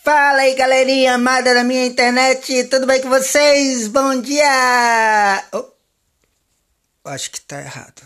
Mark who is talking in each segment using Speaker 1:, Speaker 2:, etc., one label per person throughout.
Speaker 1: Fala aí, galerinha amada da minha internet, tudo bem com vocês? Bom dia! Acho que tá errado.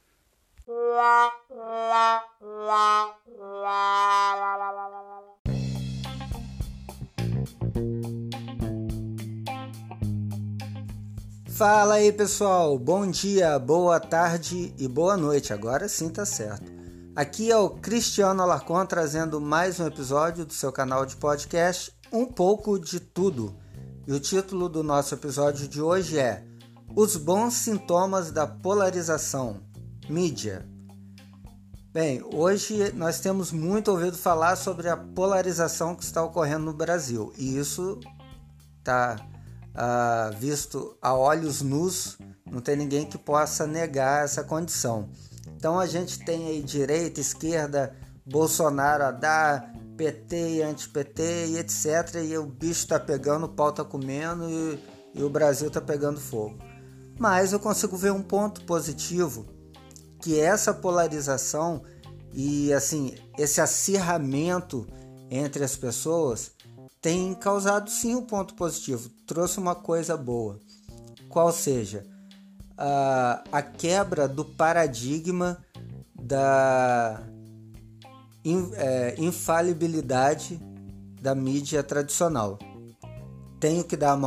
Speaker 1: Fala aí, pessoal, bom dia, boa tarde e boa noite, agora sim tá certo. Aqui é o Cristiano Alarcon trazendo mais um episódio do seu canal de podcast, Um Pouco de Tudo. E o título do nosso episódio de hoje é Os Bons Sintomas da Polarização, Mídia. Bem, hoje nós temos muito ouvido falar sobre a polarização que está ocorrendo no Brasil. E isso está visto a olhos nus, não tem ninguém que possa negar essa condição. Então a gente tem aí direita, esquerda, Bolsonaro a dar, PT e anti-PT e etc. E o bicho tá pegando, o pau tá comendo e o Brasil tá pegando fogo. Mas eu consigo ver um ponto positivo, que essa polarização e assim, esse acirramento entre as pessoas tem causado sim um ponto positivo, trouxe uma coisa boa. Qual seja? A quebra do paradigma da infalibilidade da mídia tradicional. Tenho que dar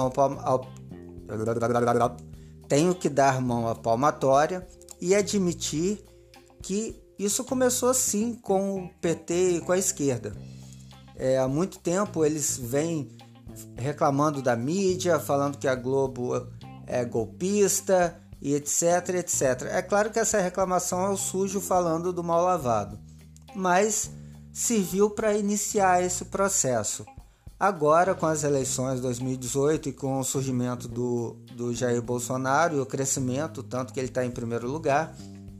Speaker 1: mão à palmatória e admitir que isso começou sim com o PT e com a esquerda. Há muito tempo eles vêm reclamando da mídia, falando que a Globo é golpista e etc, etc. É claro que essa reclamação é o sujo falando do mal lavado, mas serviu para iniciar esse processo. Agora, com as eleições de 2018 e com o surgimento do Jair Bolsonaro e o crescimento, tanto que ele está em primeiro lugar,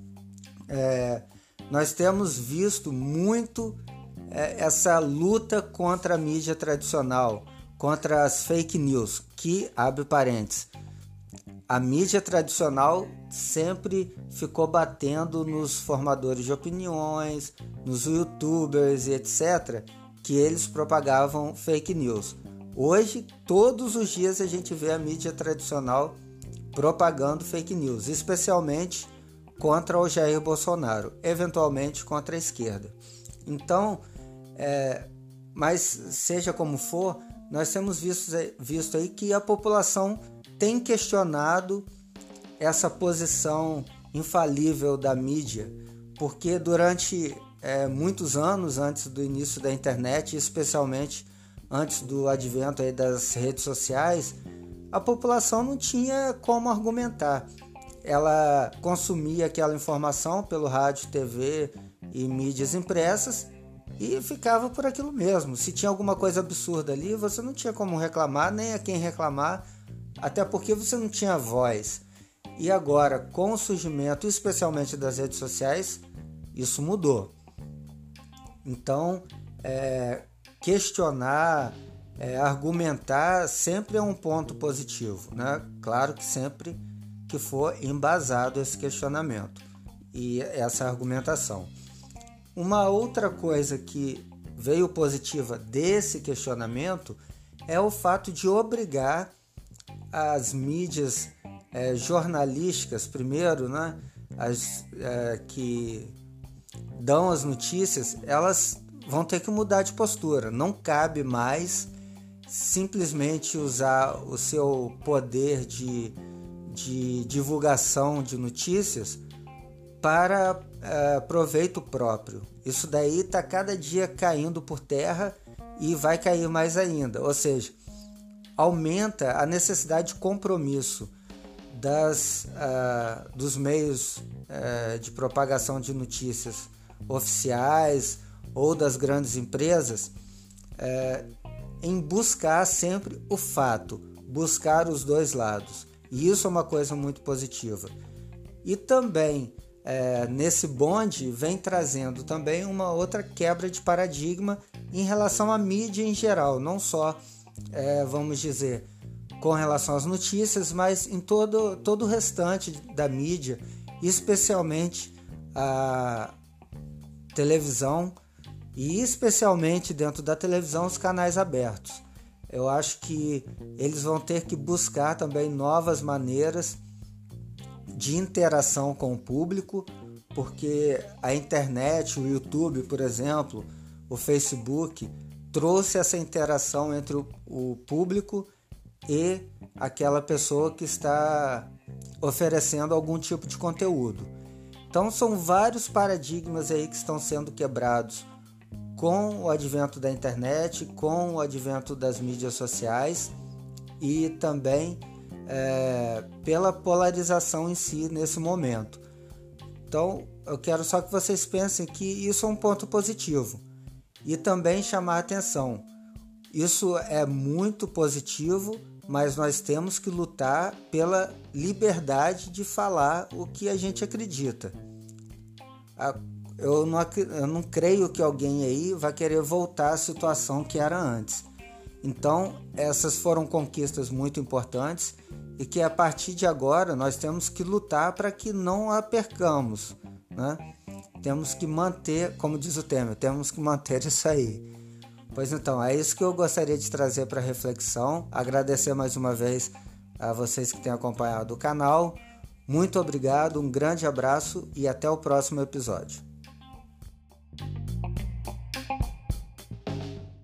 Speaker 1: nós temos visto muito essa luta contra a mídia tradicional, contra as fake news, que, abre parênteses, a mídia tradicional sempre ficou batendo nos formadores de opiniões, nos youtubers e etc., que eles propagavam fake news. Hoje, todos os dias a gente vê a mídia tradicional propagando fake news, especialmente contra o Jair Bolsonaro, eventualmente contra a esquerda. Então, mas seja como for, nós temos visto aí que a população tem questionado essa posição infalível da mídia, porque durante muitos anos antes do início da internet, especialmente antes do advento aí das redes sociais, a população não tinha como argumentar. Ela consumia aquela informação pelo rádio, TV e mídias impressas e ficava por aquilo mesmo. Se tinha alguma coisa absurda ali, você não tinha como reclamar, nem a quem reclamar, até porque você não tinha voz. E agora, com o surgimento, especialmente das redes sociais, isso mudou. Então, questionar, argumentar sempre é um ponto positivo, né? Claro que sempre que for embasado esse questionamento e essa argumentação. Uma outra coisa que veio positiva desse questionamento é o fato de obrigar as mídias jornalísticas, primeiro, né, que dão as notícias, elas vão ter que mudar de postura. Não cabe mais simplesmente usar o seu poder de divulgação de notícias para proveito próprio. Isso daí está cada dia caindo por terra e vai cair mais ainda. Ou seja, aumenta a necessidade de compromisso dos meios de propagação de notícias oficiais ou das grandes empresas em buscar sempre o fato, buscar os dois lados. E isso é uma coisa muito positiva. E também, nesse bonde, vem trazendo também uma outra quebra de paradigma em relação à mídia em geral, não só, vamos dizer, com relação às notícias, mas em todo o restante da mídia, especialmente a televisão, e especialmente dentro da televisão, os canais abertos. Eu acho que eles vão ter que buscar também novas maneiras de interação com o público, porque a internet, o YouTube, por exemplo, o Facebook, trouxe essa interação entre o público e aquela pessoa que está oferecendo algum tipo de conteúdo. Então são vários paradigmas aí que estão sendo quebrados com o advento da internet, com o advento das mídias sociais e também pela polarização em si nesse momento. Então eu quero só que vocês pensem que isso é um ponto positivo e também chamar a atenção. Isso é muito positivo, mas nós temos que lutar pela liberdade de falar o que a gente acredita. Eu não creio que alguém aí vai querer voltar à situação que era antes. Então, essas foram conquistas muito importantes e que a partir de agora nós temos que lutar para que não a percamos, né? Temos que manter, como diz o Temer, temos que manter isso aí. Pois então, é isso que eu gostaria de trazer para reflexão. Agradecer mais uma vez a vocês que têm acompanhado o canal. Muito obrigado, um grande abraço e até o próximo episódio.